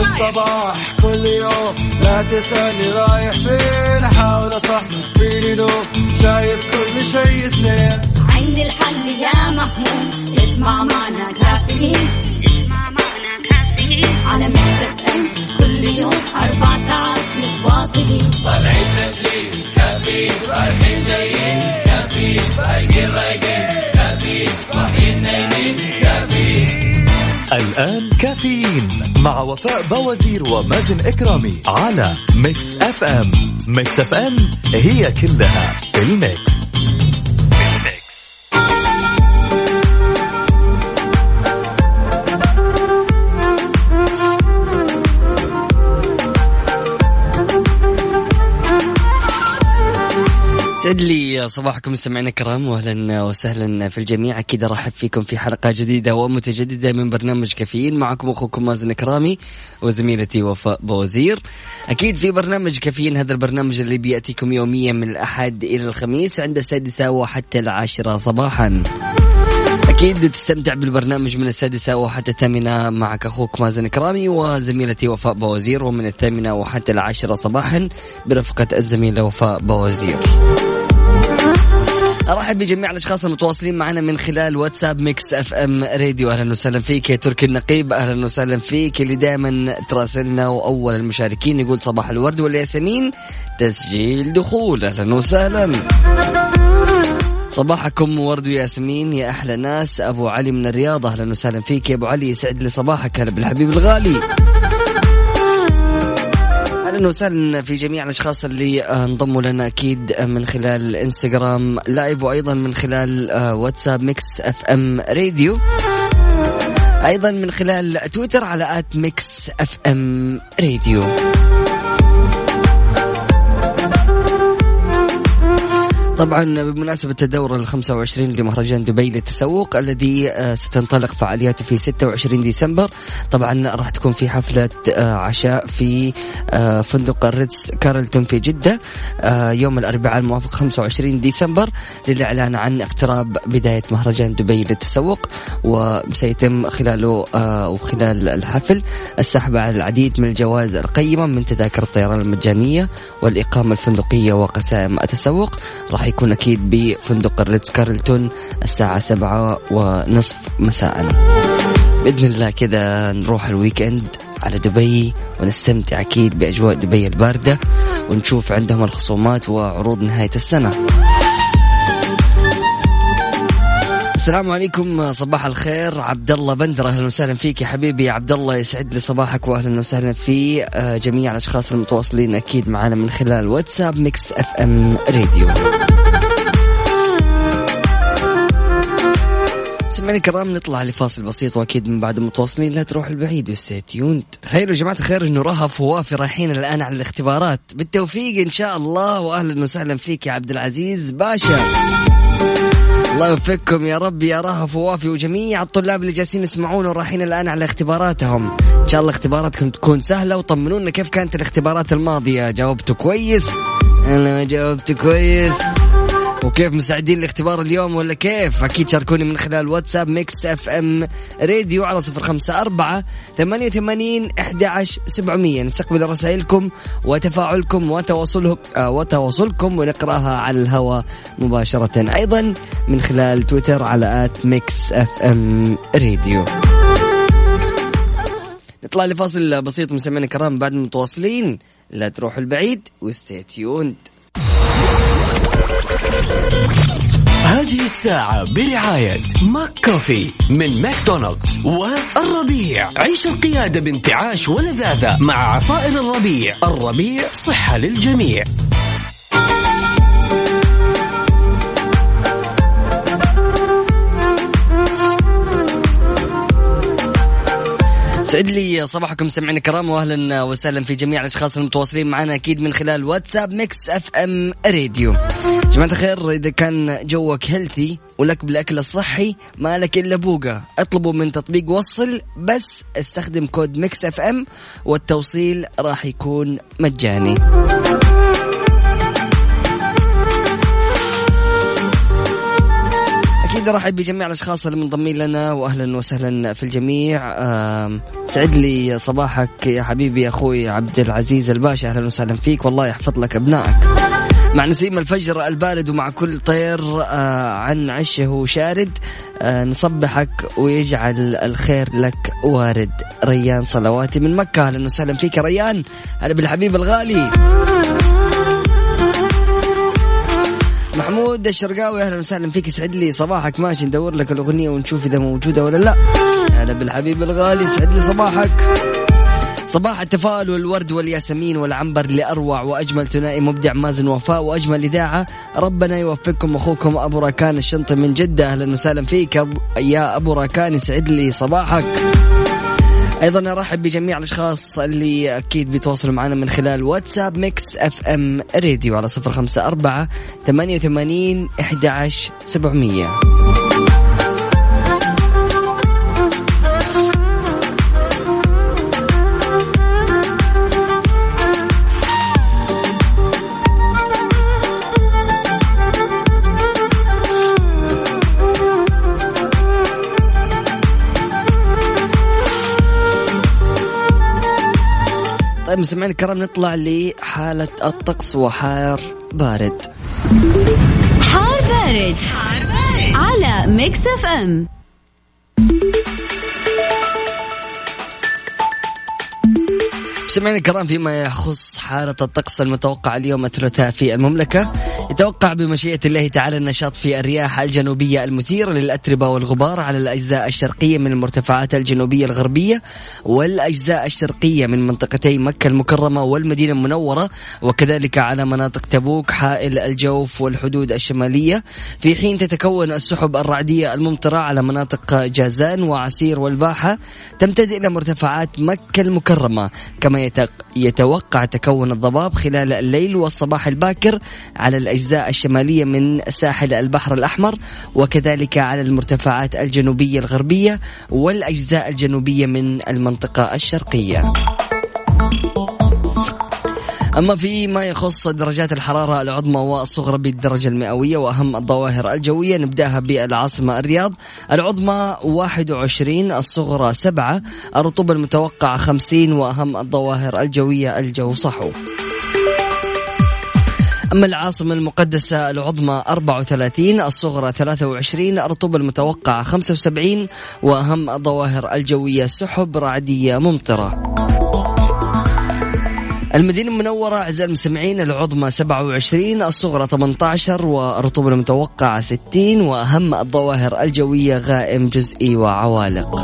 الصباح كل يوم لا تسألني رايح فين أحاول أصحصح فيني لو شايف كل شيء اثنين عندي الحل يا محمود اسمع معنا كافيين على ميكس اف ام كل يوم 4 ساعات متواصلين طالعين تسليم كافيين رايحين جايين كافيين فايقين رايقين كافيين صاحيين نايمين كافيين. الآن كافيين مع وفاء بوازير ومازن إكرامي على ميكس اف ام. ميكس اف ام هي كلها في الميكس. سعد لي صباحكم مستمعينا الكرام واهلا وسهلا في الجميع. اكيد ارحب فيكم في حلقه جديده ومتجدده من برنامج كافيين. معكم اخوكم مازن كرامي وزميلتي وفاء بوزير. اكيد في برنامج كافيين، هذا البرنامج اللي بياتيكم يوميا من الاحد الى الخميس عند 6 وحتى 10 صباحا. أكيد تستمتع بالبرنامج من 6 وحتى 8 معك أخوك مازن كرامي وزميلتي وفاء بوزير، ومن 8 وحتى 10 صباحا برفقة الزميلة وفاء بوزير. أرحب بجميع الأشخاص المتواصلين معنا من خلال واتساب ميكس اف ام راديو. أهلا وسهلا فيك يا تركي النقيب، أهلا وسهلا فيك اللي دائما تراسلنا، وأول المشاركين يقول صباح الورد والياسمين تسجيل دخول. أهلا وسهلا، صباحكم ورد وياسمين يا أحلى ناس. أبو علي من الرياض أهلا وسهلا فيك يا أبو علي، يسعد لي صباحك. هلا بالحبيب الغالي، أهلا وسهلا في جميع الأشخاص اللي انضموا لنا أكيد من خلال انستغرام لايف، وأيضا من خلال واتساب ميكس اف ام راديو، أيضا من خلال تويتر على @ميكس اف ام راديو. طبعا بمناسبة الدورة 25 لمهرجان دبي للتسوق الذي ستنطلق فعالياته في 26 ديسمبر، طبعا راح تكون في حفلة عشاء في فندق الريتز كارلتون في جدة يوم الأربعاء الموافق 25 ديسمبر للإعلان عن اقتراب بداية مهرجان دبي للتسوق، وسيتم خلاله وخلال الحفل السحب على العديد من الجوائز القيمة من تذاكر الطيران المجانية والإقامة الفندقية وقسائم التسوق. راح يكون أكيد بفندق الريتز كارلتون الساعة 7:30 مساء. بإذن الله كذا نروح الويكند على دبي ونستمتع أكيد بأجواء دبي الباردة، ونشوف عندهم الخصومات وعروض نهاية السنة. السلام عليكم، صباح الخير. عبد الله بندر اهلا وسهلا فيك يا حبيبي يا عبد الله، يسعد لي صباحك، واهلا وسهلا في جميع الاشخاص المتواصلين اكيد معنا من خلال واتساب ميكس اف ام راديو. سمعنا الكرام، نطلع لفاصل بسيط، واكيد من بعد متواصلين لا تروح البعيد وستيوند. تخيلوا يا جماعه الخير انه رهف ووافي رايحين الان على الاختبارات، بالتوفيق ان شاء الله، واهلا وسهلا فيك يا عبد العزيز باشا، الله يوفقكم يا رب يا رهف ووافي، وجميع الطلاب اللي جالسين يسمعون ورايحين الآن على اختباراتهم. إن شاء الله اختباراتكم تكون سهلة، وطمنونا كيف كانت الاختبارات الماضية. جاوبتوا كويس؟ أنا ما جاوبت كويس. وكيف مستعدين لاختبار اليوم ولا كيف؟ أكيد شاركوني من خلال واتساب ميكس اف ام راديو على 0548811700. نستقبل رسائلكم وتفاعلكم وتواصلكم ونقرأها على الهواء مباشرة، أيضا من خلال تويتر على @ميكس اف ام راديو. نطلع لفاصل بسيط مستمعينا الكرام، بعد متواصلين لا تروحوا البعيد وستي تيوند. هذه الساعة برعاية ماك كوفي من ماكدونالدز والربيع. عيش القيادة بانتعاش ولذاذة مع عصائر الربيع. الربيع صحة للجميع. سعد لي صباحكم سمعنا الكرام، واهلا وسهلا في جميع الاشخاص المتواصلين معنا اكيد من خلال واتساب ميكس اف ام راديو. جماعة الخير، اذا كان جوك هيلثي ولك بالاكل الصحي ما لك الا بوقة، اطلبوا من تطبيق وصل، بس استخدم كود ميكس اف ام والتوصيل راح يكون مجاني. أكيد أرحب بجميع الأشخاص اللي منضمين لنا وأهلا وسهلا في الجميع. سعد لي صباحك يا حبيبي يا أخوي عبد العزيز الباشا، أهلا وسهلا فيك، والله يحفظ لك أبنائك. مع نسيم الفجر البارد ومع كل طير عن عشه شارد، نصبحك ويجعل الخير لك وارد. ريان صلواتي من مكة، أهلا وسهلا فيك ريان، هلا بالحبيب الغالي. محمود الشرقاوي أهلا وسهلا فيك، يسعد لي صباحك، ماشي ندور لك الأغنية ونشوف إذا موجودة ولا لا. هلا بالحبيب الغالي، يسعد لي صباحك. صباح التفاؤل والورد والياسمين والعنبر لأروع وأجمل ثنائي مبدع مازن وفاء وأجمل إذاعة، ربنا يوفقكم. أخوكم أبو راكان الشنطي من جدة، أهلا وسهلا فيك يا أبو راكان، يسعد لي صباحك. أيضا أرحب بجميع الأشخاص اللي أكيد بيتواصلوا معنا من خلال واتساب ميكس اف ام راديو على 0548811700. طيب مستمعين الكرام، نطلع لحالة الطقس وحار بارد. حار بارد على ميكس اف ام. مستمعين الكرام، فيما يخص حالة الطقس المتوقع اليوم الثلاثاء في المملكة، يتوقع بمشيئة الله تعالى النشاط في الرياح الجنوبية المثيرة للأتربة والغبار على الأجزاء الشرقية من المرتفعات الجنوبية الغربية والأجزاء الشرقية من منطقتي مكة المكرمة والمدينة المنورة، وكذلك على مناطق تبوك، حائل الجوف والحدود الشمالية، في حين تتكون السحب الرعدية الممطرة على مناطق جازان وعسير والباحة تمتد إلى مرتفعات مكة المكرمة. كما يتوقع تكون الضباب خلال الليل والصباح الباكر على الأجزاء الشمالية من ساحل البحر الأحمر، وكذلك على المرتفعات الجنوبية الغربية والأجزاء الجنوبية من المنطقة الشرقية. أما فيما يخص درجات الحرارة العظمى والصغرى بالدرجة المئوية وأهم الظواهر الجوية، نبدأها بالعاصمة الرياض. العظمى 21، الصغرى 7، الرطوبة المتوقعة 50، وأهم الظواهر الجوية الجو صحو. أما العاصمة المقدسة العظمى 34، الصغرى 23، الرطوبة المتوقعة 75، وأهم الظواهر الجوية سحب رعدية ممطرة. المدينة المنورة أعزائي المستمعين، العظمى 27، الصغرى 18، والرطوبة المتوقعة 60، وأهم الظواهر الجوية غائم جزئي وعوالق.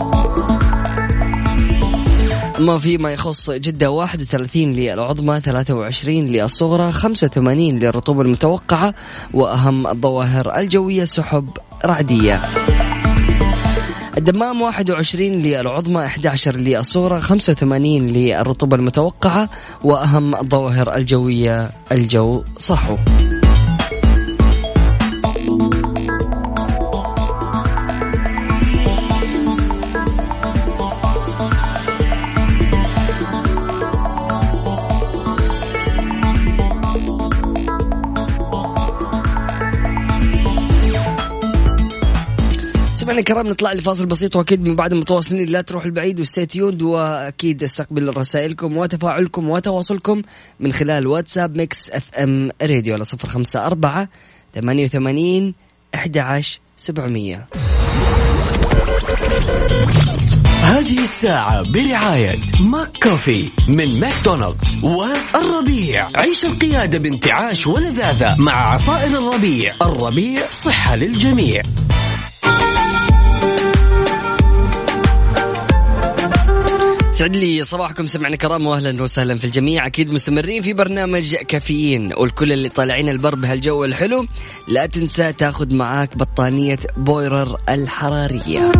أما فيما يخص جدة 31 للعظمى، 23 للصغرى، 85 للرطوبة المتوقعة، وأهم الظواهر الجوية سحب رعدية. الدمام 21 للعظمى، 11 للصغرى، 85 للرطوبة المتوقعة، وأهم الظواهر الجوية الجو صحو. سمعنا الكرام، نطلع لفاصل بسيط، واكيد من بعد متواصلين لا تروح البعيد وستيتيود، واكيد استقبل رسائلكم وتفاعلكم وتواصلكم من خلال واتساب ميكس اف ام راديو على 0548811700. هذه الساعة برعاية ماك كوفي من ماكدونالدز والربيع. عيش القيادة بانتعاش ولذاذة مع عصائر الربيع. الربيع صحة للجميع. سعد لي صباحكم سمعنا كرام، واهلا وسهلا في الجميع. اكيد مستمرين في برنامج كافيين، والكل اللي طالعين البر بهالجو الحلو لا تنسى تاخذ معاك بطانية بويرر الحرارية.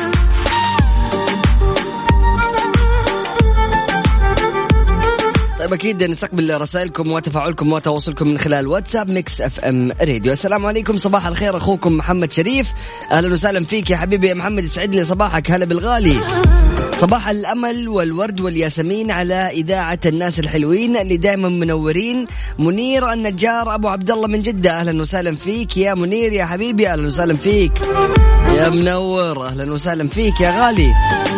طيب طيب أكيد نستقبل رسائلكم وتفاعلكم وتواصلكم من خلال واتساب ميكس اف ام راديو. السلام عليكم، صباح الخير، أخوكم محمد شريف. أهلا وسهلا فيك يا حبيبي يا محمد، يسعد لي صباحك. هلا بالغالي، صباح الأمل والورد والياسمين على إذاعة الناس الحلوين اللي دائما منورين. منير النجار أبو عبد الله من جدة، أهلا وسهلا فيك يا منير يا حبيبي، أهلا وسهلا فيك يا منور، أهلا وسهلا فيك يا غالي.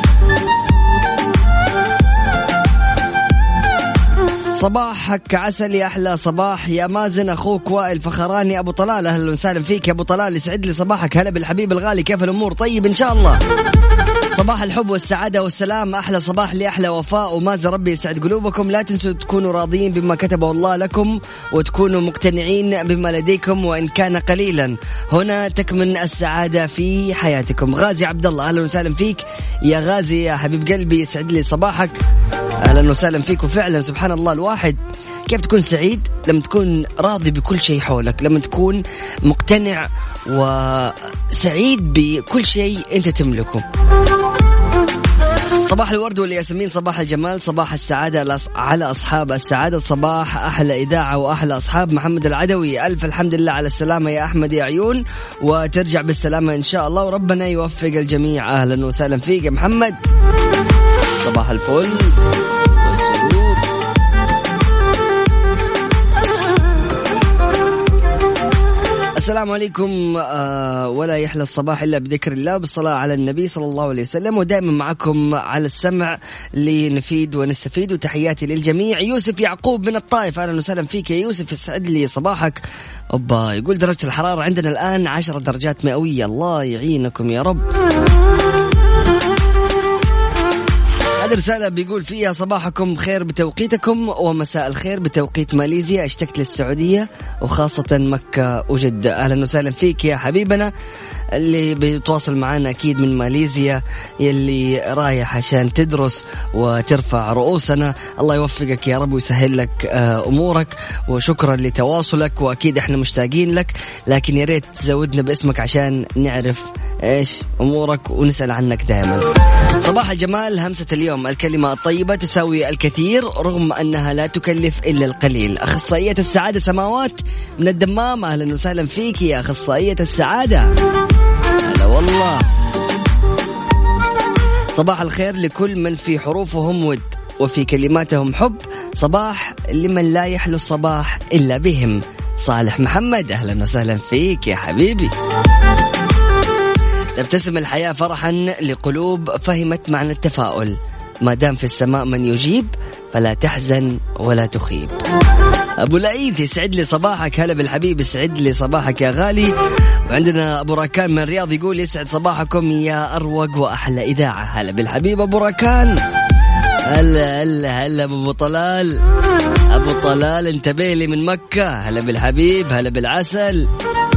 صباحك عسل يا أحلى صباح يا مازن، أخوك وائل فخراني أبو طلال، أهلا وسهلا فيك يا أبو طلال، يسعد لي صباحك. هلا بالحبيب الغالي، كيف الأمور؟ طيب إن شاء الله. صباح الحب والسعادة والسلام، أحلى صباح لأحلى وفاء ومازن، ربي يسعد قلوبكم. لا تنسوا تكونوا راضيين بما كتبه الله لكم وتكونوا مقتنعين بما لديكم وإن كان قليلا، هنا تكمن السعادة في حياتكم. غازي عبد الله، أهلا وسهلا فيك يا غازي يا حبيب قلبي، يسعد لي صباحك، أهلا وسهلا فيك. وفعلا سبحان الله، الواحد كيف تكون سعيد لما تكون راضي بكل شيء حولك، لما تكون مقتنع وسعيد بكل شيء أنت تملكه. صباح الورد والياسمين، صباح الجمال، صباح السعادة على أصحاب السعادة، صباح أحلى إذاعة وأحلى أصحاب. محمد العدوي، ألف الحمد لله على السلامة يا أحمد يا عيون، وترجع بالسلامة إن شاء الله وربنا يوفق الجميع. أهلا وسهلا فيك يا محمد، صباح الفل والسرور. السلام عليكم. ولا يحلى الصباح إلا بذكر الله بالصلاة على النبي صلى الله عليه وسلم، ودائما معكم على السمع لنفيد ونستفيد، وتحياتي للجميع. يوسف يعقوب من الطائف، أهلا وسهلا فيك يا يوسف، يسعد لي صباحك. أوبا، يقول درجة الحرارة عندنا الآن 10 درجات مئوية، الله يعينكم يا رب. هذه رسالة بيقول فيها صباحكم خير بتوقيتكم ومساء الخير بتوقيت ماليزيا، اشتقت للسعودية وخاصة مكة وجدة. أهلا وسهلا فيك يا حبيبنا اللي بيتواصل معنا أكيد من ماليزيا، يلي رايح عشان تدرس وترفع رؤوسنا. الله يوفقك يا رب ويسهل لك أمورك، وشكرا لتواصلك، وأكيد احنا مشتاقين لك، لكن يا ريت تزودنا باسمك عشان نعرف ايش أمورك ونسأل عنك دائما. صباح الجمال، همسة اليوم، الكلمة الطيبة تساوي الكثير رغم أنها لا تكلف إلا القليل. أخصائية السعادة سماوات من الدمام، أهلا وسهلا فيك يا أخصائية السعادة، هلا والله. صباح الخير لكل من في حروفهم ود وفي كلماتهم حب، صباح لمن لا يحلو الصباح إلا بهم. صالح محمد، أهلا وسهلا فيك يا حبيبي. تبتسم الحياة فرحا لقلوب فهمت معنى التفاؤل، ما دام في السماء من يجيب فلا تحزن ولا تخيب. أبو العيد، يسعد لي صباحك، هلا بالحبيب، يسعد لي صباحك يا غالي. وعندنا أبو راكان من الرياض يقول يسعد صباحكم يا أروق وأحلى إذاعة، هلا بالحبيب أبو راكان. هلا هلا هلا أبو طلال، أبو طلال انتبه لي من مكة، هلا بالحبيب، هلا بالعسل.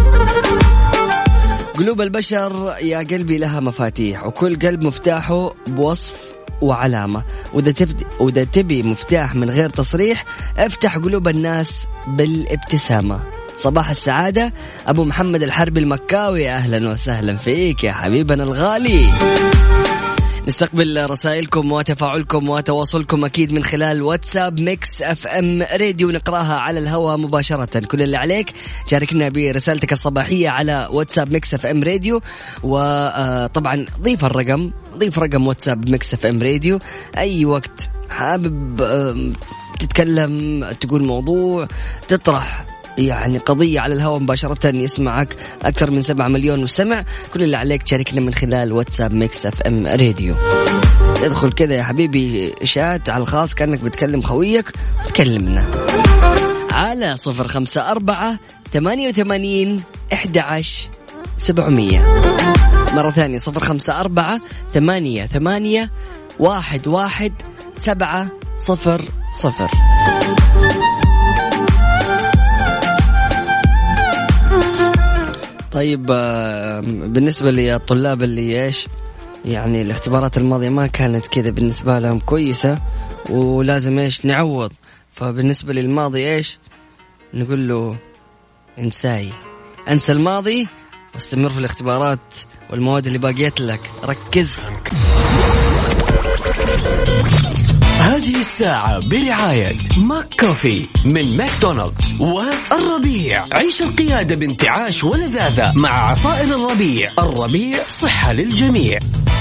قلوب البشر يا قلبي لها مفاتيح، وكل قلب مفتاحه بوصف وعلامة، وإذا تبي مفتاح من غير تصريح افتح قلوب الناس بالابتسامة. صباح السعادة أبو محمد الحربي المكاوي، أهلا وسهلا فيك يا حبيبنا الغالي. نستقبل رسائلكم وتفاعلكم وتواصلكم أكيد من خلال واتساب ميكس اف ام راديو، نقراها على الهواء مباشرة. كل اللي عليك شاركنا برسالتك الصباحية على واتساب ميكس اف ام راديو، وطبعا ضيف رقم واتساب ميكس اف ام راديو. أي وقت حابب تتكلم، تقول موضوع، تطرح يعني قضية على الهواء مباشرة، يسمعك أكثر من 7 مليون مستمع. كل اللي عليك تشاركنا من خلال واتساب ميكس اف ام راديو. ادخل كذا يا حبيبي شات على الخاص كأنك بتكلم خويك، وتكلمنا على 054-88-11-700. مرة ثانية 054-88-11-700. طيب بالنسبة للطلاب اللي إيش يعني الاختبارات الماضية ما كانت كذا بالنسبة لهم كويسة ولازم إيش نعوض، فبالنسبة للماضي إيش نقول له انسى الماضي واستمر في الاختبارات والمواد اللي باقيت لك، ركز. هذه الساعة برعاية ماك كوفي من ماكدونالدز والربيع. عيش القيادة بانتعاش ولذاذة مع عصائر الربيع. الربيع صحة للجميع.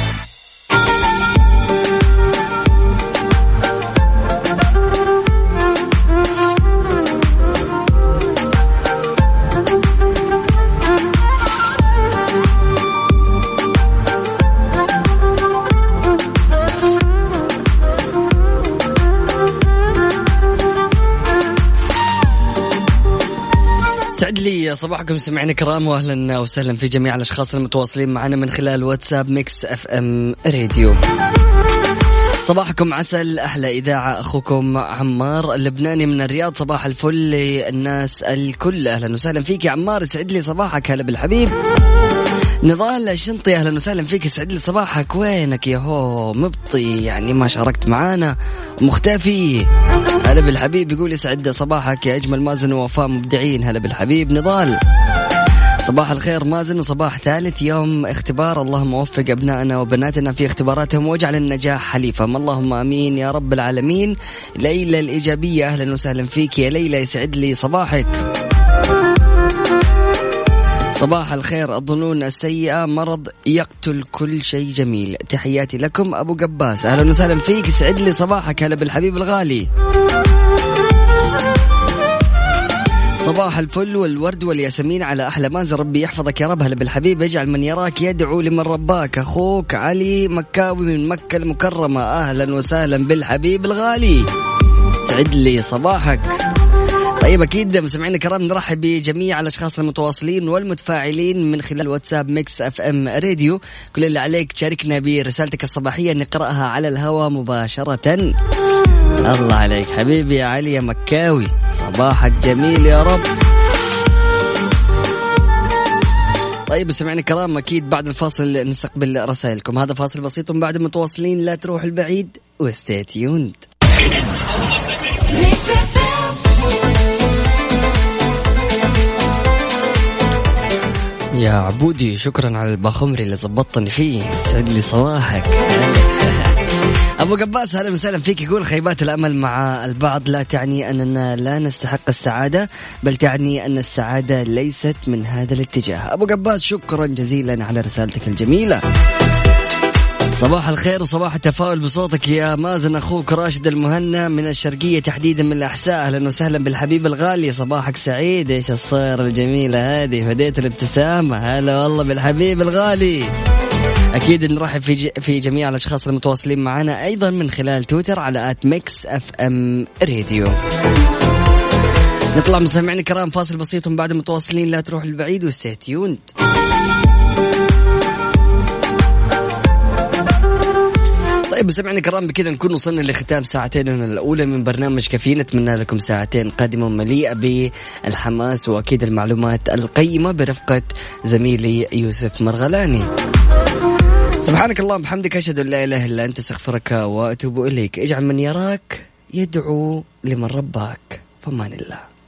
سعد لي صباحكم سمعنا كرام، واهلا وسهلا في جميع الاشخاص المتواصلين معنا من خلال واتساب ميكس اف ام راديو. صباحكم عسل، احلى اذاعه، اخوكم عمار اللبناني من الرياض. صباح الفل للناس الكل، اهلا وسهلا فيك يا عمار، سعد لي صباحك. هلا بالحبيب. نضال شنطي اهلا وسهلا فيك، سعد لي صباحك. وينك يا هو مبطي، يعني ما شاركت معانا مختفي. هلا بالحبيب، يقول يسعد صباحك يا اجمل مازن ووفاء مبدعين. هلا بالحبيب نضال، صباح الخير مازن، وصباح ثالث يوم اختبار، اللهم وفق ابنائنا وبناتنا في اختباراتهم واجعل النجاح حليفهم، اللهم امين يا رب العالمين. ليلى الايجابيه اهلا وسهلا فيك يا ليلى، يسعد لي صباحك. صباح الخير، الظنون السيئة مرض يقتل كل شيء جميل، تحياتي لكم أبو قباس أهلا وسهلا فيك، سعد لي صباحك. هلا بالحبيب الغالي. صباح الفل والورد والياسمين على أحلى مازن، ربي يحفظك يا رب. هلا بالحبيب، يجعل من يراك يدعو لمن رباك. أخوك علي مكاوي من مكة المكرمة أهلا وسهلا بالحبيب الغالي، سعد لي صباحك. طيب أكيد مسمعين كرام، نرحب بجميع الأشخاص المتواصلين والمتفاعلين من خلال واتساب ميكس اف ام راديو. كل اللي عليك تشاركنا برسالتك الصباحية نقرأها على الهواء مباشرة. الله عليك حبيبي يا علي يا مكاوي، صباحك جميل يا رب. طيب مسمعين كرام، أكيد بعد الفاصل نستقبل رسائلكم. هذا فاصل بسيط بعد متواصلين، لا تروح البعيد وستي تيوند. يا عبودي شكرا على الباخمري اللي زبطني فيه، سعد لي صباحك. أبو قباس هلا وسهلا فيك، يقول خيبات الأمل مع البعض لا تعني أننا لا نستحق السعادة، بل تعني أن السعادة ليست من هذا الاتجاه. أبو قباس شكرا جزيلا على رسالتك الجميلة. صباح الخير وصباح التفاؤل بصوتك يا مازن، أخوك راشد المهنا من الشرقية تحديدا من الأحساء، أهلا وسهلا بالحبيب الغالي، صباحك سعيد. إيش الصير الجميلة هذه، هديت الابتسامة، هلا والله بالحبيب الغالي. أكيد نرحب في جميع الأشخاص المتواصلين معنا أيضا من خلال تويتر على @mixfmradio. نطلع مستمعين الكرام فاصل بسيط بعد متواصلين، لا تروح البعيد وستي تيوند. طيب مستمعينا الكرام، بكذا نكون وصلنا لختام ساعتين الأولى من برنامج كافيين. نتمنى لكم ساعتين قادمة مليئة بالحماس وأكيد المعلومات القيمة برفقة زميلي يوسف مرغلاني. سبحانك اللهم بحمدك، أشهد أن لا إله إلا أنت، استغفرك وأتوب إليك. اجعل من يراك يدعو لمن رباك، فمان الله.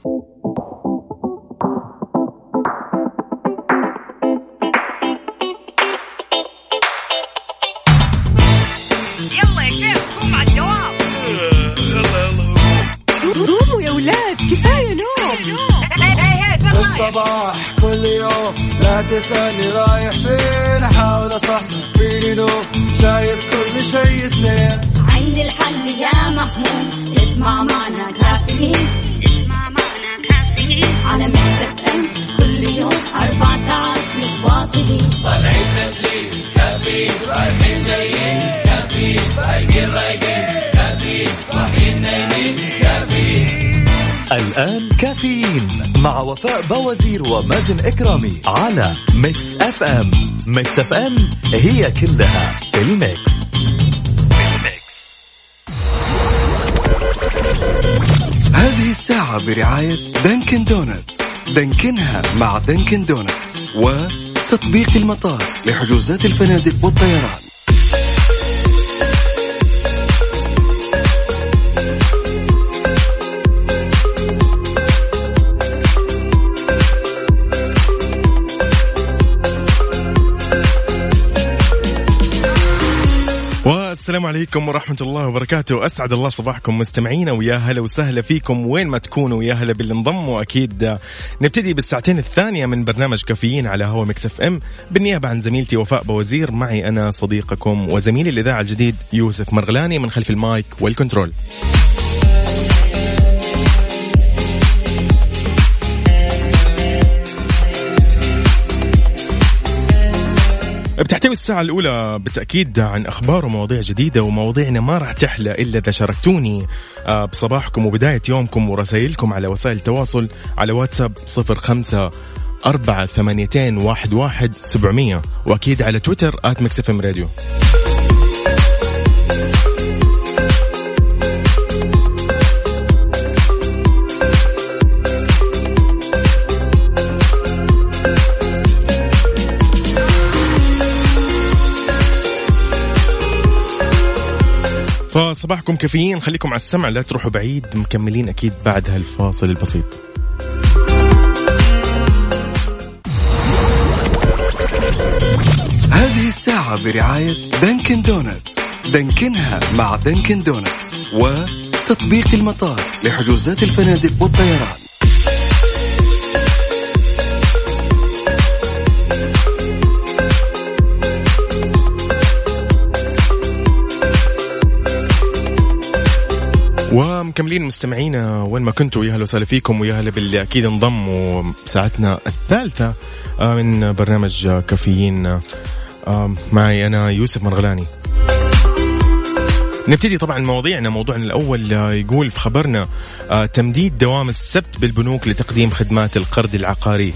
قوموا يا ولاد، كفاية نوم. الصباح كل يوم لا تسألني رايح فين، أحاول أصحصح فيني نوم، شايف كل شيء اثنين. عندي الحل يا محمود، اسمع معنا كافيين، اسمع معنا كافيين على ميكس اف ام، كل يوم 4 ساعات متواصلين. طالعين تسليم كافيين، رايحين جايين كافيين، رايقين رايقين كافيين، صاحيين نايمين كافيين. الآن كافيين مع وفاء بوازير ومازن إكرامي على ميكس اف ام. ميكس اف ام هي كلها في الميكس. هذه الساعة برعاية دانكن دونتس، دانكنها مع دانكن دونتس، وتطبيق المطار لحجوزات الفنادق والطيران. السلام عليكم ورحمة الله وبركاته. أسعد الله صباحكم مستمعينا، ويا هلا وسهلا فيكم وين ما تكونوا، يا هلا باللي انضموا. أكيد نبتدي بالساعتين الثانية من برنامج كافيين على هوا ميكس اف ام بالنيابة عن زميلتي وفاء بوزير، معي أنا صديقكم وزميلي الإذاعة الجديد يوسف مرغلاني من خلف المايك والكنترول. بتحتوي الساعة الأولى بالتأكيد عن أخبار ومواضيع جديدة، ومواضيعنا ما راح تحلى إلا إذا شاركتوني بصباحكم وبداية يومكم ورسائلكم على وسائل التواصل على واتساب 0548811700، وأكيد على تويتر @mixfmradio. فصباحكم كافيين، خليكم على السمع، لا تروحوا بعيد، مكملين أكيد بعد هالفاصل البسيط. هذه الساعة برعاية دانكن دونتس، دانكنها مع دانكن دونتس، وتطبيق المطار لحجوزات الفنادق والطيران. ومكملين مستمعينا وين ما كنتوا، يا هلا وسهلا فيكم، ويا هلا باللي أكيد انضموا ساعتنا الثالثة من برنامج كافيين. معي أنا يوسف مرغلاني. نبتدي طبعا مواضيعنا. موضوعنا الأول يقول في خبرنا تمديد دوام السبت بالبنوك لتقديم خدمات القرض العقاري.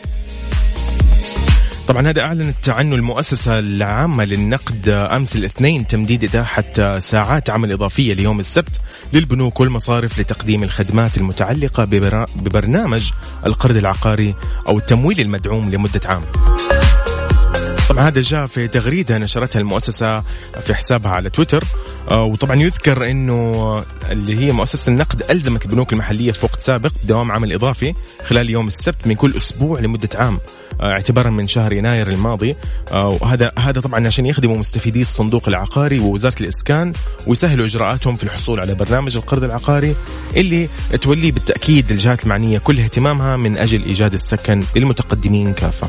طبعا هذا أعلنت عنه المؤسسة العامة للنقد أمس الاثنين، تمديد إتاحة ساعات عمل إضافية ليوم السبت للبنوك والمصارف لتقديم الخدمات المتعلقة ببرنامج القرض العقاري أو التمويل المدعوم لمدة عام. طبعا هذا جاء في تغريدة نشرتها المؤسسة في حسابها على تويتر. وطبعا يذكر أنه اللي هي مؤسسة النقد ألزمت البنوك المحلية في وقت سابق بدوام عمل إضافي خلال يوم السبت من كل أسبوع لمدة عام اعتبارا من شهر يناير الماضي. وهذا طبعا عشان يخدموا مستفيدي الصندوق العقاري ووزارة الإسكان ويسهلوا إجراءاتهم في الحصول على برنامج القرض العقاري اللي تولي بالتأكيد الجهات المعنية كل اهتمامها من أجل إيجاد السكن للمتقدمين كافة.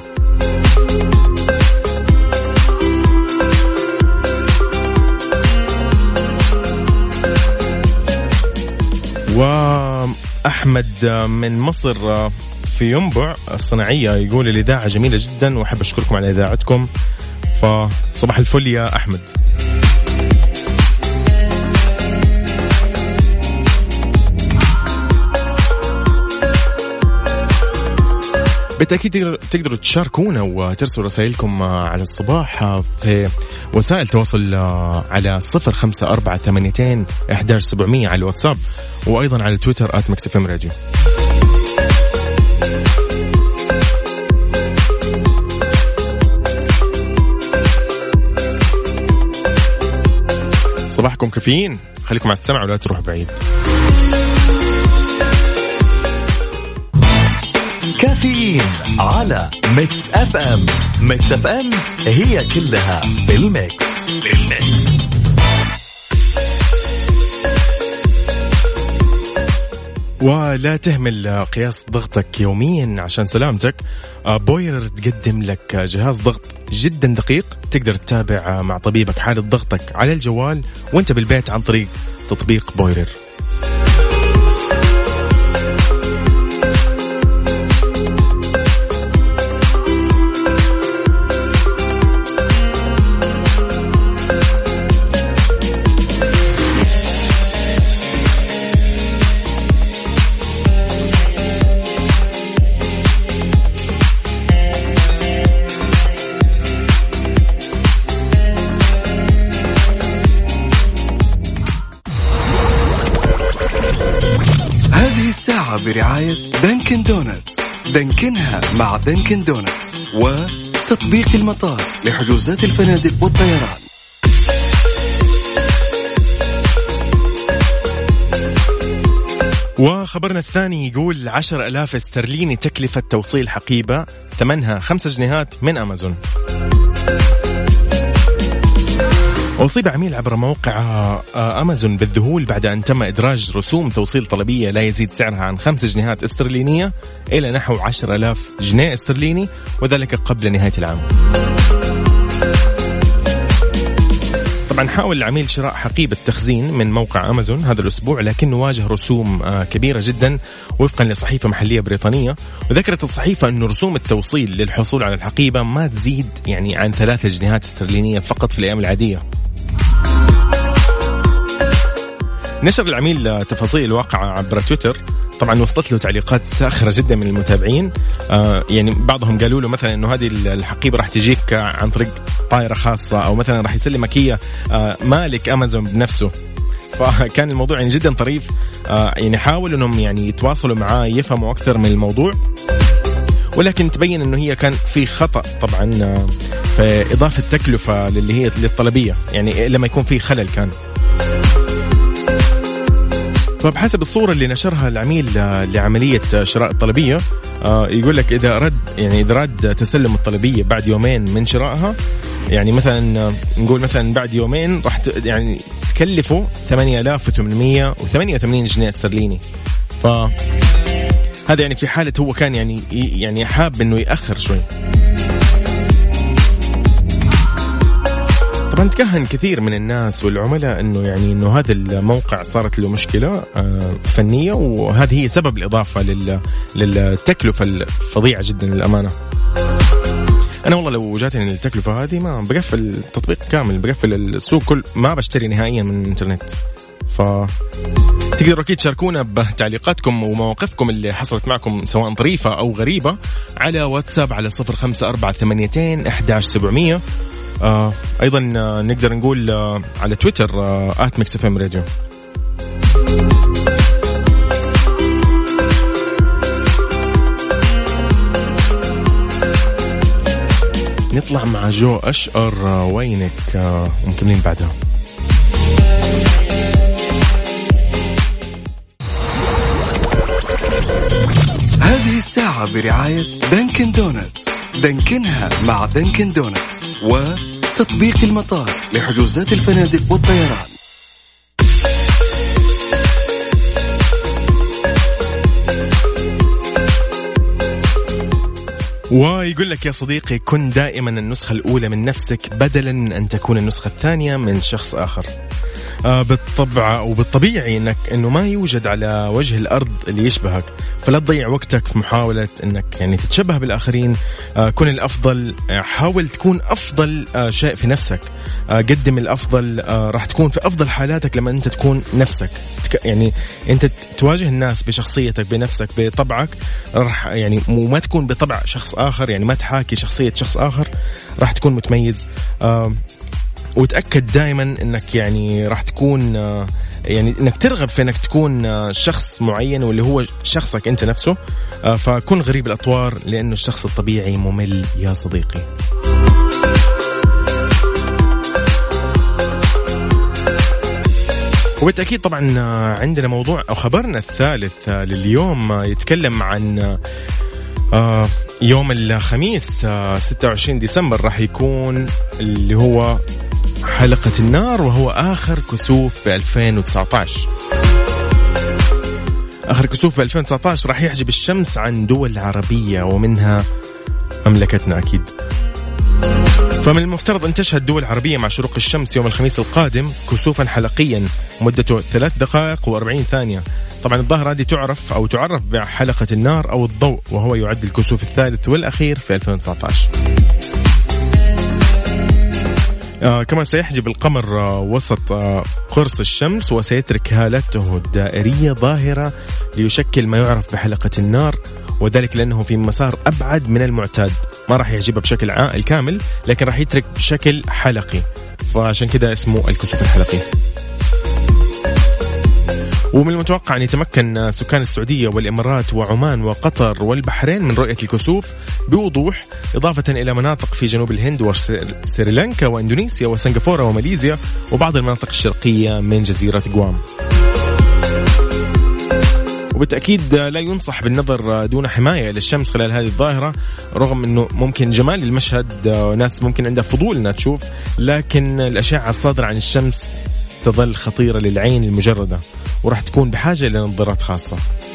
وأحمد من مصر في ينبع الصناعية يقول الإذاعة جميلة جدا وأحب أشكركم على إذاعتكم، فصباح الفل يا أحمد. بالتأكيد تقدروا تشاركونا وترسلوا رسائلكم على الصباح في وسائل تواصل على 0548811700 على الواتساب، وأيضا على تويتر @mixfmradio. صباحكم كافيين، خليكم على السمع ولا تروح بعيد. كافيين على ميكس اف ام. ميكس اف ام هي كلها بالميكس. ولا تهمل قياس ضغطك يوميا عشان سلامتك. بويرر تقدم لك جهاز ضغط جدا دقيق، تقدر تتابع مع طبيبك حالة ضغطك على الجوال وانت بالبيت عن طريق تطبيق بويرر. برعاية دانكن دونتس، دانكنها مع دانكن دونتس، وتطبيق المطار لحجوزات الفنادق والطيران. وخبرنا الثاني يقول 10,000 استرليني تكلفة توصيل حقيبة ثمنها 5 جنيهات من أمازون. أصيب عميل عبر موقع أمازون بالذهول بعد أن تم إدراج رسوم توصيل طلبية لا يزيد سعرها عن 5 جنيهات استرلينية إلى نحو 10,000 جنيه استرليني، وذلك قبل نهاية العام. طبعا حاول العميل شراء حقيبة تخزين من موقع أمازون هذا الأسبوع، لكنه واجه رسوم كبيرة جدا وفقا لصحيفة محلية بريطانية. وذكرت الصحيفة أن رسوم التوصيل للحصول على الحقيبة ما تزيد يعني عن 3 جنيهات استرلينية فقط في الأيام العادية. نشر العميل تفاصيل الواقعة عبر تويتر. طبعا وصلت له تعليقات ساخرة جدا من المتابعين، يعني بعضهم قالوا له مثلا انه هذه الحقيبة راح تجيك عن طريق طائرة خاصة، او مثلا راح يسلمك هي مالك امازون بنفسه. فكان الموضوع يعني جدا طريف. يعني حاولوا انهم يعني يتواصلوا معاه يفهموا اكثر من الموضوع، ولكن تبين انه هي كان في خطأ طبعا في اضافة تكلفة اللي هي للطلبية، يعني لما يكون في خلل كان. فبحسب الصورة اللي نشرها العميل لعملية شراء الطلبية، يقول لك إذا أراد تسلم الطلبية بعد يومين من شرائها، يعني مثلا نقول مثلا بعد يومين راح يعني تكلفه 8,888 جنيه استرليني. فهذا يعني في حالة هو كان يعني حاب إنه يأخر شوي. طبعا تكهن كثير من الناس والعملاء انه هذا الموقع صارت له مشكلة فنية، وهذه هي سبب الإضافة للتكلفة الفظيعة جدا للأمانة. أنا والله لو جاتني التكلفة هذه ما بقفل التطبيق كامل، بقفل السوق كل، ما بشتري نهائيا من الإنترنت. تقدروا أكيد تشاركونا بتعليقاتكم ومواقفكم اللي حصلت معكم سواء طريفة أو غريبة على واتساب على 0548811700. أيضا نقدر نقول على تويتر @mixfmradio. نطلع مع جو أشقر وينك ومكملين بعدها. هذه الساعة برعاية دانكن دونتس، دانكنها مع دانكن دونتس، وتطبيق المطار لحجوزات الفنادق والطيران. ويقول لك يا صديقي كن دائما النسخة الأولى من نفسك بدلا أن تكون النسخة الثانية من شخص آخر. بالطبع وبالطبيعي إنه ما يوجد على وجه الأرض اللي يشبهك، فلا تضيع وقتك في محاولة إنك يعني تتشبه بالآخرين. كن الأفضل، حاول تكون أفضل شيء في نفسك، قدم الأفضل. راح تكون في أفضل حالاتك لما أنت تكون نفسك، يعني أنت تواجه الناس بشخصيتك بنفسك بطبعك، راح يعني وما تكون بطبع شخص آخر، يعني ما تحاكي شخصية شخص آخر، راح تكون متميز. وتأكد دائما انك يعني راح تكون يعني انك ترغب في انك تكون شخص معين واللي هو شخصك انت نفسه. فكن غريب الأطوار لأنه الشخص الطبيعي ممل يا صديقي. وبالتأكيد طبعا عندنا موضوع أو خبرنا الثالث لليوم يتكلم عن يوم الخميس 26 ديسمبر راح يكون اللي هو حلقة النار، وهو آخر كسوف في 2019. آخر كسوف في 2019 راح يحجب الشمس عن دول عربية ومنها مملكتنا أكيد. فمن المفترض أن تشهد دول عربية مع شروق الشمس يوم الخميس القادم كسوفا حلقيا مدته 3 دقائق و40 ثانية. طبعا الظاهرة هذه تعرف بحلقة النار أو الضوء، وهو يعد الكسوف الثالث والأخير في 2019. كما سيحجب القمر وسط قرص الشمس، وسيترك هالته الدائرية ظاهرة ليشكل ما يعرف بحلقة النار، وذلك لأنه في مسار أبعد من المعتاد. ما راح يحجبها بشكل الكامل، لكن راح يترك بشكل حلقي، فعشان كده اسمه الكسوف الحلقي. ومن المتوقع أن يتمكن سكان السعودية والإمارات وعمان وقطر والبحرين من رؤية الكسوف بوضوح، إضافة إلى مناطق في جنوب الهند وسريلانكا وإندونيسيا وسنغافورة وماليزيا وبعض المناطق الشرقية من جزيرة غوام. وبالتأكيد لا ينصح بالنظر دون حماية للشمس خلال هذه الظاهرة، رغم أنه ممكن جمال المشهد ناس ممكن عندها فضول أنها تشوف، لكن الأشعة الصادرة عن الشمس تظل خطيرة للعين المجردة وراح تكون بحاجة إلى نظارات خاصة.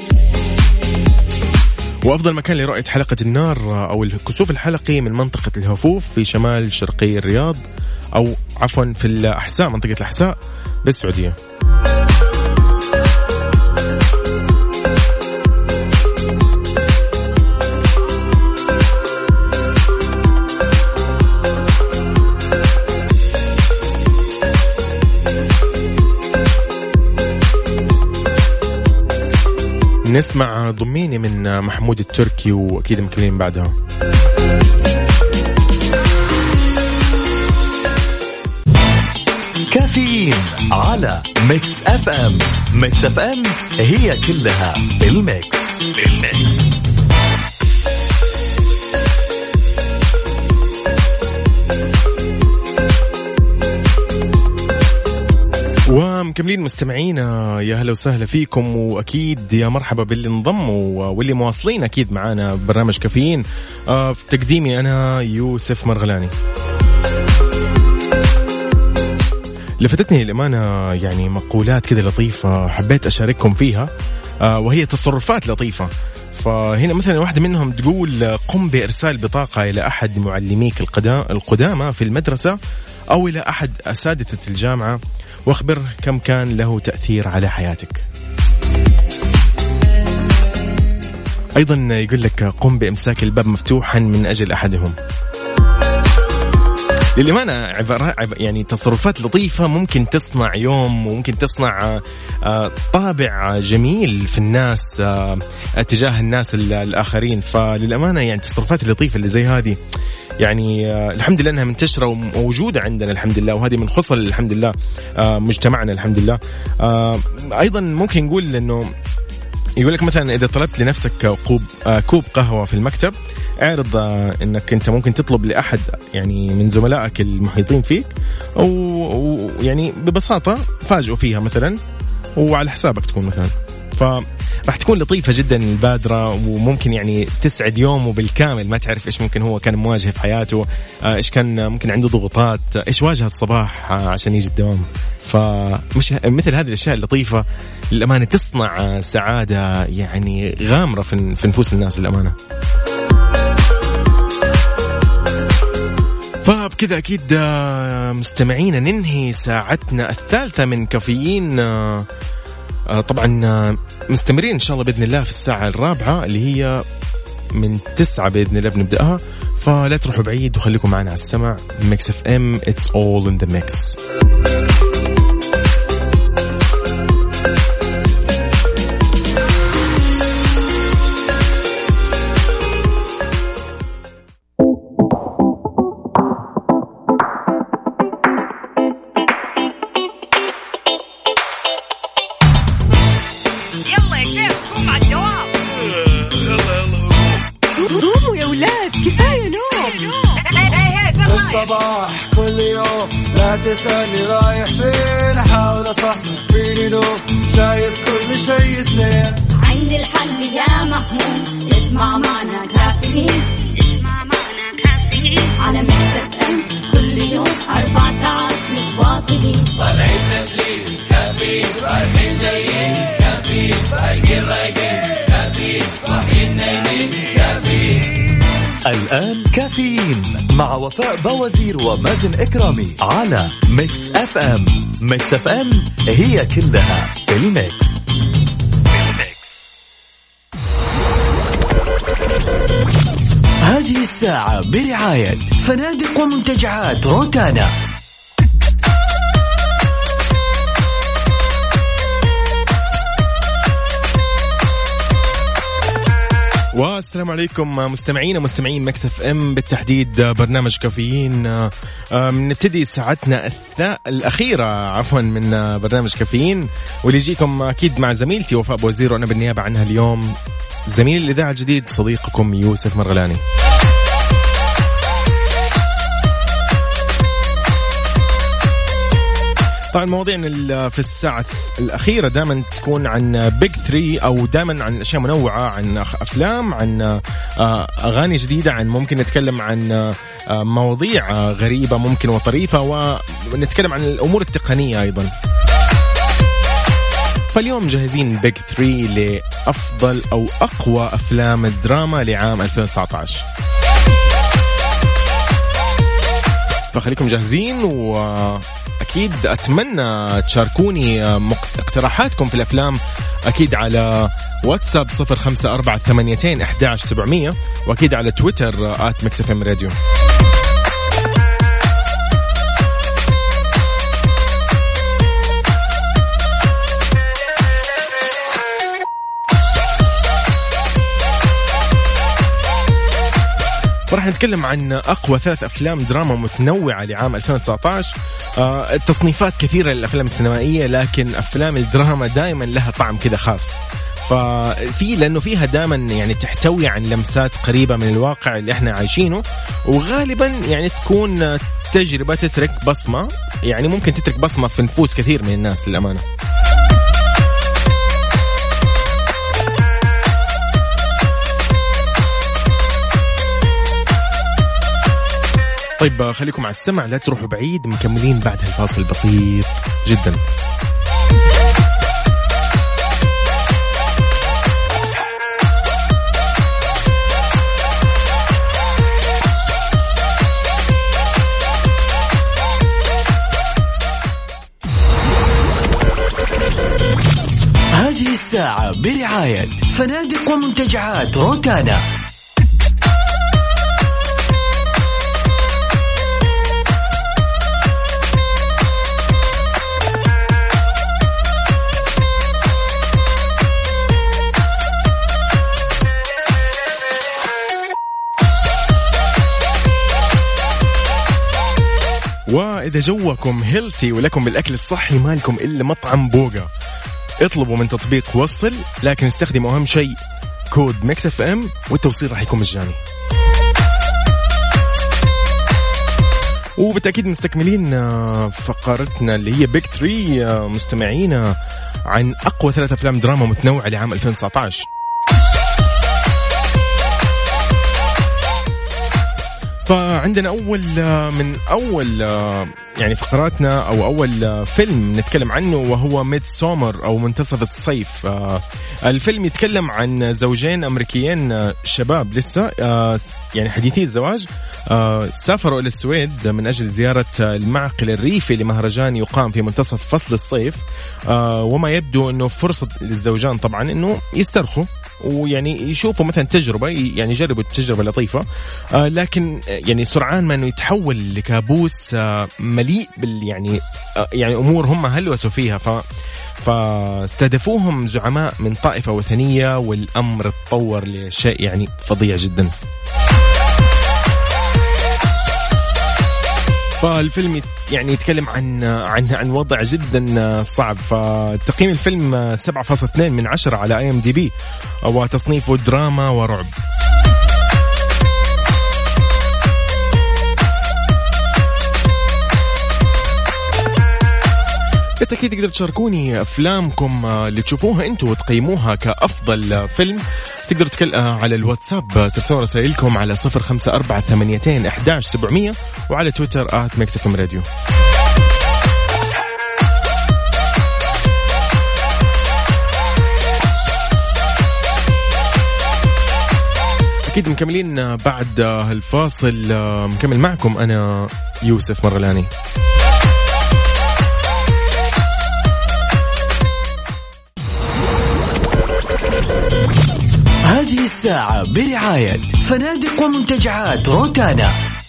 وأفضل مكان لرؤية حلقة النار أو الكسوف الحلقي من منطقة الهفوف في شمال شرقي الرياض، أو عفوا في الأحساء، منطقة الأحساء بالسعودية. نسمع ضميني من محمود التركي وأكيد مكملين بعدها. كافيين على ميكس اف ام. ميكس اف ام هي كلها بالميكس. ومكملين مستمعينا، يا هلا وسهلا فيكم، وأكيد يا مرحبا باللي انضموا واللي مواصلين أكيد معانا برنامج كافيين. في تقديمي أنا يوسف مرغلاني. لفتتني الأمانة يعني مقولات كده لطيفة حبيت أشارككم فيها، وهي تصرفات لطيفة. فهنا مثلا واحدة منهم تقول: قم بإرسال بطاقة إلى أحد معلميك القدامى في المدرسة أو إلى أحد أساتذة الجامعة واخبره كم كان له تأثير على حياتك. أيضا يقول لك: قم بإمساك الباب مفتوحا من أجل أحدهم. للأمانة يعني تصرفات لطيفة ممكن تصنع يوم، وممكن تصنع طابع جميل في الناس تجاه الناس الآخرين. فللأمانة يعني التصرفات اللطيفة اللي زي هذه يعني الحمد لله أنها منتشرة وموجودة عندنا الحمد لله، وهذه من خصل الحمد لله مجتمعنا الحمد لله. أيضا ممكن نقول أنه يقول لك مثلا إذا طلبت لنفسك كوب قهوة في المكتب، اعرض انك انت ممكن تطلب لاحد يعني من زملائك المحيطين فيك، او يعني ببساطة فاجئوا فيها مثلا وعلى حسابك تكون مثلا. فراح تكون لطيفة جدا البادرة، وممكن يعني تسعد يومه بالكامل. ما تعرف إيش ممكن هو كان مواجه في حياته، إيش كان ممكن عنده ضغوطات، إيش واجه الصباح عشان يجي الدوام. فمش مثل هذه الأشياء اللطيفة للأمانة تصنع سعادة يعني غامرة في نفوس الناس للأمانة. فبكذا أكيد مستمعين ننهي ساعتنا الثالثة من كافيين. طبعا مستمرين إن شاء الله بإذن الله في الساعة الرابعة اللي هي من 9 بإذن الله بنبدأها. فلا تروحوا بعيد وخليكم معنا على السمع. Mix FM, it's all in the mix. الصباح كل يوم لا تسألني رايح فين، أحاول أصحصح فيني نوم، شايف كل شيء سنين. عندي الحل يا محمود، اسمع معنا كافيين، اسمع معنا كافيين على ميكس اف ام كل يوم 4 ساعات متواصلين. طالعين تسليم كافيين، رايحين جايين كافيين، فايقين رايقين كافيين، صاحيين نايمين كافيين. الآن كافيين مع وفاء بوازير ومازن إكرامي على ميكس اف ام. ميكس اف ام هي كلها بالميكس. هذه الساعة برعاية فنادق ومنتجعات روتانا. والسلام عليكم مستمعين ميكس اف ام، بالتحديد برنامج كافيين. نبتدي ساعتنا الأخيرة من برنامج كافيين، واللي يجيكم أكيد مع زميلتي وفاء بوزير، وأنا بالنيابة عنها اليوم زميل الإذاعة الجديد صديقكم يوسف مرغلاني. طبعا مواضيعنا في الساعة الأخيرة دائما تكون عن بيج 3 أو دائما عن أشياء منوعة، عن أفلام، عن أغاني جديدة، عن ممكن نتكلم عن مواضيع غريبة ممكن وطريفة، ونتكلم عن الأمور التقنية أيضا. فاليوم جاهزين بيج 3 لأفضل أو أقوى أفلام الدراما لعام 2019. فخليكم جاهزين، وأكيد أتمنى تشاركوني اقتراحاتكم في الأفلام أكيد على واتساب 0548811700، وأكيد على تويتر @mixfmradio. راح نتكلم عن أقوى 3 أفلام دراما متنوعة لعام 2019. التصنيفات كثيرة للأفلام السينمائية، لكن أفلام الدراما دائما لها طعم كذا خاص، لأنه فيها دائما يعني تحتوي عن لمسات قريبة من الواقع اللي احنا عايشينه، وغالبا يعني تكون تجربة تترك بصمة، يعني ممكن تترك بصمة في نفوس كثير من الناس للأمانة. طيب خليكم على السمع، لا تروحوا بعيد، مكملين بعد هالفاصل بسيط جدا. هذه الساعة برعاية فنادق ومنتجعات روتانا. وإذا جوكم هيلثي ولكم بالأكل الصحي مالكم إلا مطعم بوغا، اطلبوا من تطبيق وصل، لكن استخدموا أهم شيء كود ميكس اف ام والتوصيل راح يكون مجاني. وبالتأكيد مستكملين فقرتنا اللي هي بيج 3 مستمعين عن أقوى 3 أفلام دراما متنوعة لعام 2019. فعندنا أول يعني فقراتنا أو أول فيلم نتكلم عنه، وهو ميدسومر أو منتصف الصيف. الفيلم يتكلم عن زوجين أمريكيين شباب لسه يعني حديثي الزواج، سافروا إلى السويد من أجل زيارة المعقل الريفي لمهرجان يقام في منتصف فصل الصيف، وما يبدو أنه فرصة للزوجان طبعا أنه يسترخوا ويعني يشوفوا مثلا تجربة، يعني يجربوا التجربة لطيفة، لكن يعني سرعان ما أنه يتحول لكابوس مليء يعني أمور هم هلوسوا فيها. فاستهدفوهم زعماء من طائفة وثنية، والأمر تطور لشيء يعني فظيع جدا. فالفيلم يعني يتكلم عن وضع جدا صعب. فتقييم الفيلم 7.2 من 10 على IMDb، وتصنيفه دراما ورعب. بالتأكيد تقدروا تشاركوني أفلامكم اللي تشوفوها أنتوا وتقيموها كأفضل فيلم. تقدروا على الواتساب ترسلوا رسائلكم على 0548811700، وعلى تويتر @mixfmradio. أكيد مكملين بعد هالفاصل، مكمل معكم أنا يوسف مرغلاني. هذه الساعة برعاية فنادق ومنتجعات روتانا.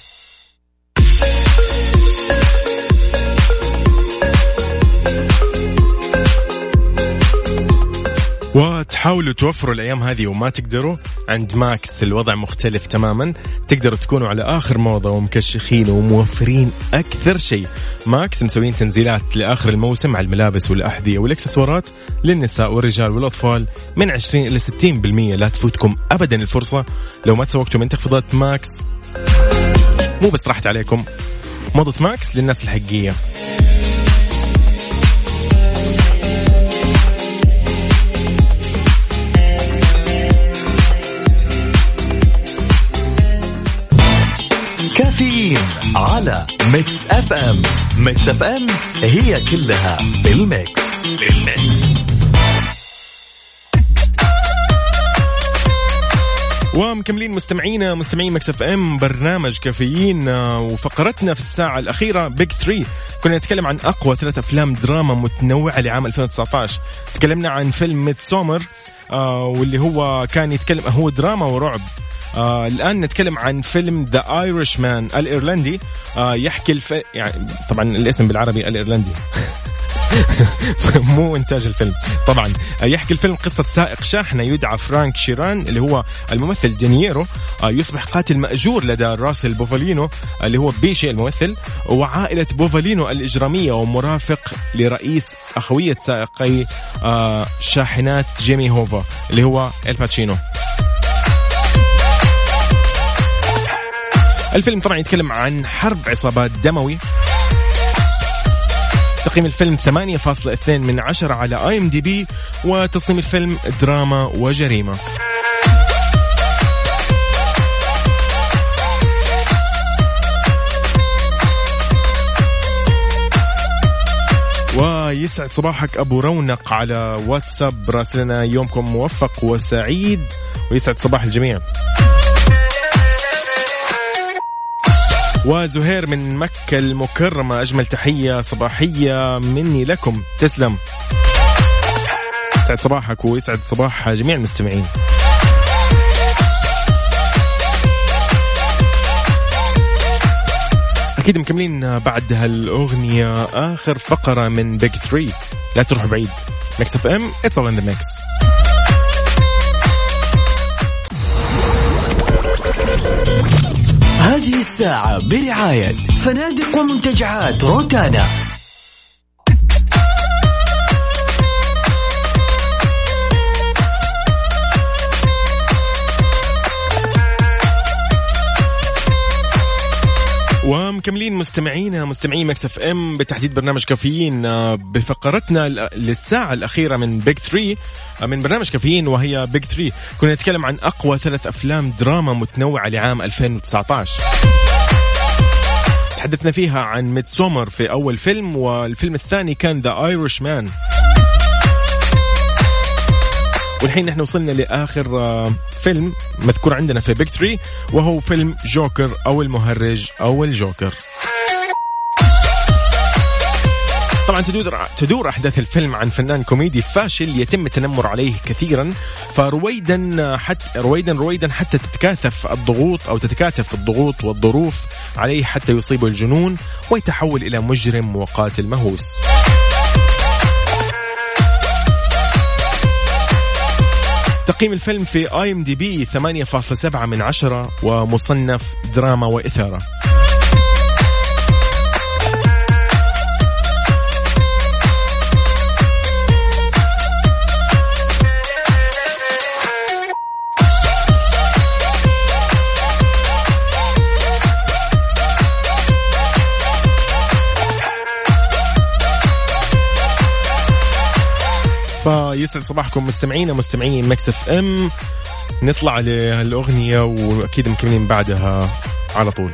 وتحاولوا توفروا الأيام هذه وما تقدروا، عند ماكس الوضع مختلف تماما. تقدروا تكونوا على آخر موضة ومكشخين وموفرين أكثر شيء. ماكس مسوين تنزيلات لآخر الموسم على الملابس والأحذية والإكسسوارات للنساء والرجال والأطفال من 20 إلى 60%. لا تفوتكم أبدا الفرصة. لو ما تسوقتوا من تخفيضات ماكس مو بس راحت عليكم، موضة ماكس للناس الحقيقية. كافيين على ميكس اف ام. ميكس اف ام هي كلها بالميكس. ومكملين مستمعين ميكس اف ام برنامج كافيين، وفقرتنا في الساعة الأخيرة بيج 3 كنا نتكلم عن أقوى 3 أفلام دراما متنوعة لعام 2019. تكلمنا عن فيلم ميدسومر واللي هو كان يتكلم هو دراما ورعب. الآن نتكلم عن فيلم The Irishman الإيرلندي. يحكي يعني طبعا الاسم بالعربي الإيرلندي مو إنتاج الفيلم طبعا. يحكي الفيلم قصة سائق شاحنة يدعى فرانك شيران اللي هو الممثل دينيرو. يصبح قاتل مأجور لدى راسل بوفالينو اللي هو بيشي الممثل، وعائلة بوفالينو الإجرامية، ومرافق لرئيس أخوية سائقي شاحنات جيمي هوفا اللي هو الباتشينو. الفيلم طبعا يتكلم عن حرب عصابات دموي. تقييم الفيلم 8.2 من 10 على IMDb، وتصميم الفيلم دراما وجريمة. ويسعد صباحك أبو رونق على واتساب، راسلنا يومكم موفق وسعيد ويسعد صباح الجميع. وزهير من مكة المكرمة، أجمل تحية صباحية مني لكم، تسلم. يسعد صباحك ويسعد صباح جميع المستمعين. أكيد مكملين بعد هالأغنية آخر فقرة من بيج 3. لا تروح بعيد. ميكس اف ام It's all in the mix. هذه الساعة برعاية فنادق ومنتجعات روتانا. ومكملين مستمعين ميكس اف ام، بالتحديد برنامج كافيين، بفقرتنا للساعة الأخيرة من بيج 3 من برنامج كافيين، وهي بيج 3. كنا نتكلم عن أقوى 3 أفلام دراما متنوعة لعام 2019. تحدثنا فيها عن ميدسومر في أول فيلم، والفيلم الثاني كان The Irishman. والحين نحن وصلنا لآخر فيلم مذكور عندنا في بيج 3، وهو فيلم جوكر أو المهرج أو الجوكر. طبعا تدور أحداث الفيلم عن فنان كوميدي فاشل يتم التنمر عليه كثيرا، فرويدا حتى تتكاثف الضغوط والظروف عليه حتى يصيبه الجنون ويتحول إلى مجرم وقاتل مهووس. تقييم الفيلم في IMDb 8.7 من 10، ومصنف دراما وإثارة. فيسعد صباحكم مستمعين ميكس اف ام. نطلع للأغنية وأكيد مكملين بعدها على طول.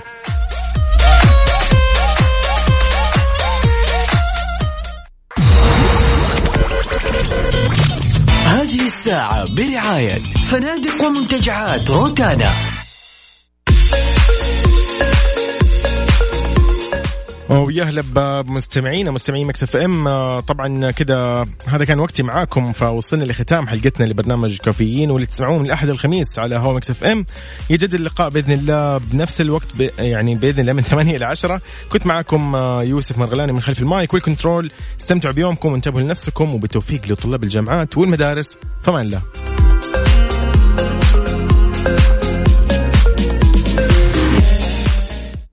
هذه الساعة برعاية فنادق ومنتجعات روتانا. ويا هلا بمستمعين ميكس اف ام. طبعا كده هذا كان وقتي معاكم، فوصلنا لختام حلقتنا لبرنامج كافيين، واللي تسمعوه من الأحد الخميس على هوا ميكس اف ام. يجدد اللقاء بإذن الله بنفس الوقت يعني بإذن الله من 8 إلى 10. كنت معاكم يوسف مرغلاني من خلف المايك والكنترول. استمتعوا بيومكم وانتبهوا لنفسكم، وبالتوفيق لطلاب الجامعات والمدارس. فمان الله.